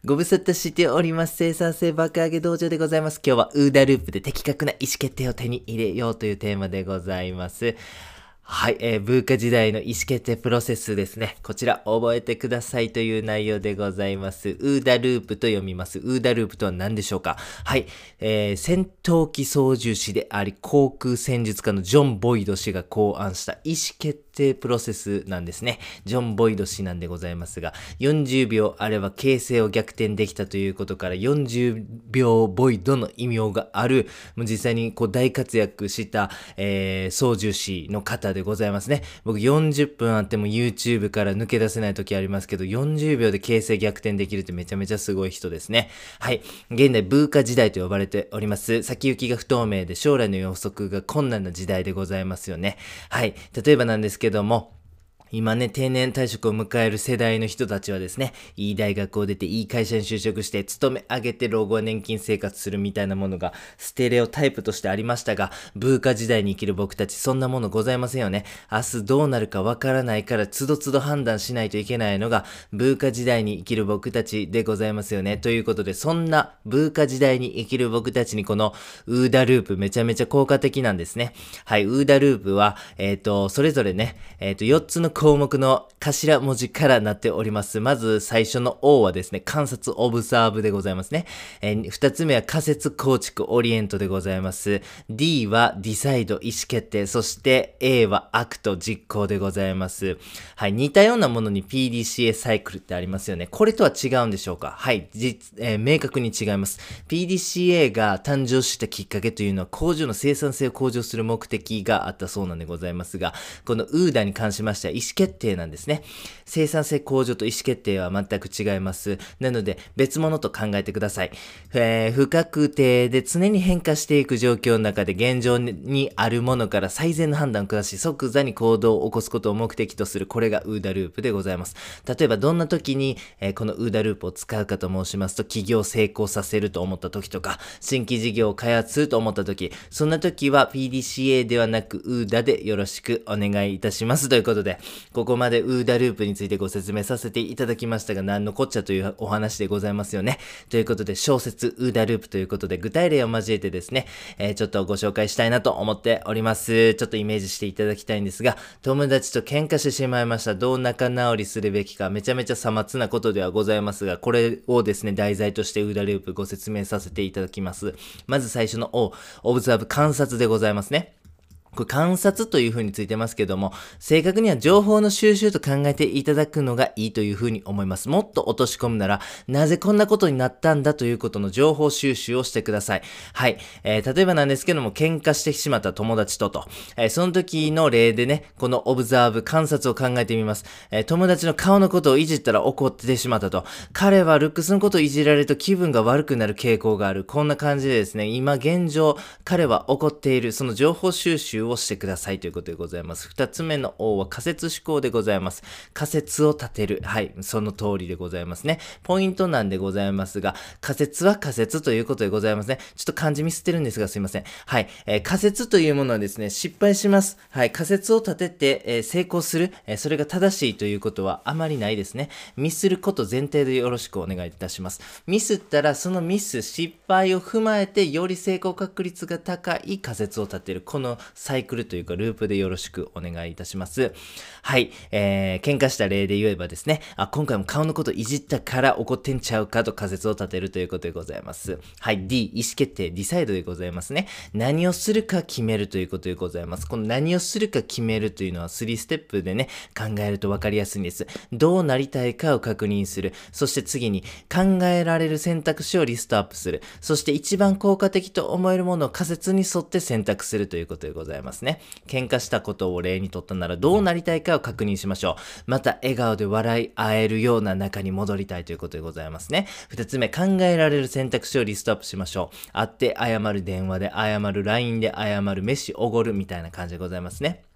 ご無沙汰しております。生産性爆上げ道場でございます。今日はウーダループで的確な意思決定を手に入れようというテーマでございます。はい、文化時代の意思決定プロセスですね。こちら覚えてくださいという内容でございます。ウーダループと読みます。ウーダループとは何でしょうか。はい、戦闘機操縦士であり航空戦術家のジョン・ボイド氏が考案した意思決定プロセスなんですね。ジョン・ボイド氏なんでございますが、40秒あれば形勢を逆転できたということから40秒ボイドの異名がある、もう実際にこう大活躍した、操縦士の方でございますね。僕40分あっても YouTube から抜け出せない時ありますけど、40秒で形勢逆転できるってめちゃめちゃすごい人ですね。はい。現代ブーカ時代と呼ばれております。先行きが不透明で将来の予測が困難な時代でございますよね。はい。例えばなんですけども、今ね、定年退職を迎える世代の人たちはですね、いい大学を出て、いい会社に就職して、勤め上げて老後は年金生活するみたいなものが、ステレオタイプとしてありましたが、ブーカ時代に生きる僕たち、そんなものございませんよね。明日どうなるかわからないから、つどつど判断しないといけないのが、ブーカ時代に生きる僕たちでございますよね。ということで、そんなブーカ時代に生きる僕たちにこの、ウーダループめちゃめちゃ効果的なんですね。はい、ウーダループは、それぞれね、4つの項目の頭文字からなっております。まず最初の O はですね、観察オブザーブでございますね。2つ目は仮説構築オリエントでございます。D はディサイド意思決定。そして A はアクト実行でございます。はい、似たようなものに PDCA サイクルってありますよね。これとは違うんでしょうか。はい、明確に違います。PDCA が誕生したきっかけというのは工場の生産性を向上する目的があったそうなんでございますが、このウーダに関しましては意思決定なんですね。生産性向上と意思決定は全く違います。なので別物と考えてください。不確定で常に変化していく状況の中で現状にあるものから最善の判断を下し即座に行動を起こすことを目的とする、これがウーダループでございます。例えばどんな時に、このウーダループを使うかと申しますと、企業を成功させると思った時とか、新規事業を開発すると思った時、そんな時は PDCA ではなくウーダでよろしくお願いいたしますということで、ここまでウーダループについてご説明させていただきましたが、何のこっちゃというお話でございますよね。ということで、小説ウーダループということで、具体例を交えてですね、ちょっとご紹介したいなと思っております。ちょっとイメージしていただきたいんですが、友達と喧嘩してしまいました。どう仲直りするべきか、めちゃめちゃさまつなことではございますが、これをですね、題材としてウーダループご説明させていただきます。まず最初の O、オブザーブ観察でございますね。これ観察という風についてますけども、正確には情報の収集と考えていただくのがいいという風に思います。もっと落とし込むなら、なぜこんなことになったんだということの情報収集をしてください。はい。例えばなんですけども、喧嘩してしまった友達と、その時の例でね、このオブザーブ、観察を考えてみます。友達の顔のことをいじったら怒ってしまったと。彼はルックスのことをいじられると気分が悪くなる傾向がある。こんな感じでですね、今現状、彼は怒っている。その情報収集をしてくださいということでございます。二つ目の O は仮説思考でございます。仮説を立てる。はい、その通りでございますね。ポイントなんでございますが、仮説は仮説ということでございますね。ちょっと漢字ミスってるんですがすいません。はい、仮説というものはですね、失敗します。はい、仮説を立てて、成功する、それが正しいということはあまりないですね。ミスること前提でよろしくお願いいたします。ミスったらそのミス、失敗を踏まえてより成功確率が高い仮説を立てる。このサイクルというかループでよろしくお願いいたします。はい、喧嘩した例で言えばですね、今回も顔のこといじったから怒ってんちゃうかと仮説を立てるということでございます。はい、D、意思決定、ディサイドでございますね。何をするか決めるということでございます。この何をするか決めるというのは3ステップでね、考えると分かりやすいんです。どうなりたいかを確認する。そして次に考えられる選択肢をリストアップする。そして一番効果的と思えるものを仮説に沿って選択するということでございますね。喧嘩したことを例にとったならどうなりたいかを確認しましょう。また笑顔で笑い合えるような仲に戻りたいということでございますね。二つ目、考えられる選択肢をリストアップしましょう。会って謝る、電話で謝る、LINE で謝る、飯おごるみたいな感じでございますね。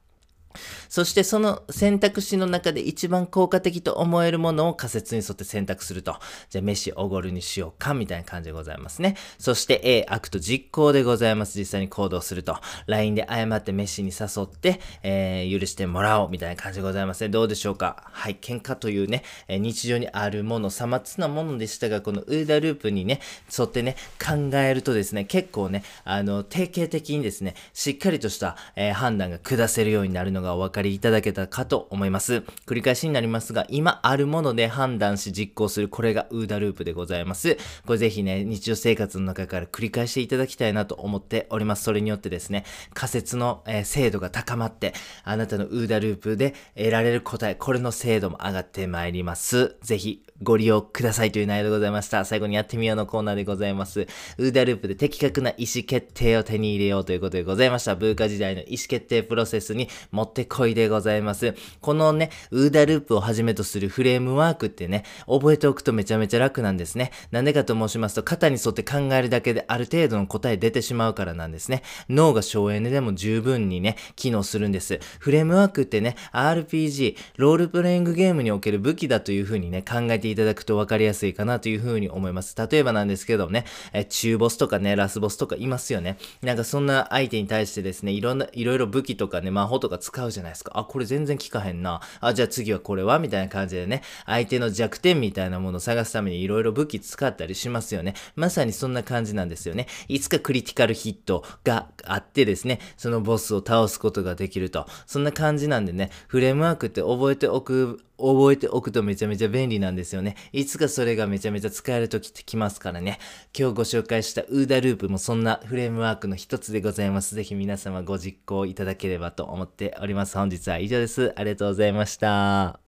そしてその選択肢の中で一番効果的と思えるものを仮説に沿って選択すると。じゃあ飯おごるにしようかみたいな感じでございますね。そして A、アクト実行でございます。実際に行動すると。LINE で誤って飯に誘って、許してもらおうみたいな感じでございますね。どうでしょうか。はい、喧嘩というね、日常にあるもの、さまつなものでしたが、このウーダループにね、沿ってね、考えるとですね、結構ね、定型的にですね、しっかりとした、判断が下せるようになるのがお分かりいただけたかと思います。繰り返しになりますが、今あるもので判断し実行する、これがウーダループでございます。これぜひね、日常生活の中から繰り返していただきたいなと思っております。それによってですね、仮説の、精度が高まって、あなたのウーダループで得られる答え、これの精度も上がってまいります。ぜひご利用くださいという内容でございました。最後にやってみようのコーナーでございます。ウーダループで的確な意思決定を手に入れようということでございました。ブーカ時代の意思決定プロセスにもってこいでございます。このね、ウーダループをはじめとするフレームワークってね、覚えておくとめちゃめちゃ楽なんですね。なんでかと申しますと、型に沿って考えるだけである程度の答え出てしまうからなんですね。脳が省エネでも十分にね、機能するんです。フレームワークってね、RPG、ロールプレイングゲームにおける武器だという風にね、考えていただくと分かりやすいかなという風に思います。例えばなんですけどね、中ボスとかね、ラスボスとかいますよね。なんかそんな相手に対してですね、いろいろ武器とかね、魔法とか使うじゃないですか。あ、これ全然効かへんな。あ、じゃあ次はこれはみたいな感じでね、相手の弱点みたいなものを探すためにいろいろ武器使ったりしますよね。まさにそんな感じなんですよね。いつかクリティカルヒットがあってですね、そのボスを倒すことができると。そんな感じなんでね、フレームワークって覚えておくとめちゃめちゃ便利なんですよね。いつかそれがめちゃめちゃ使える時ってきますからね。今日ご紹介したウーダループもそんなフレームワークの一つでございます。ぜひ皆様ご実行いただければと思っております。本日は以上です。ありがとうございました。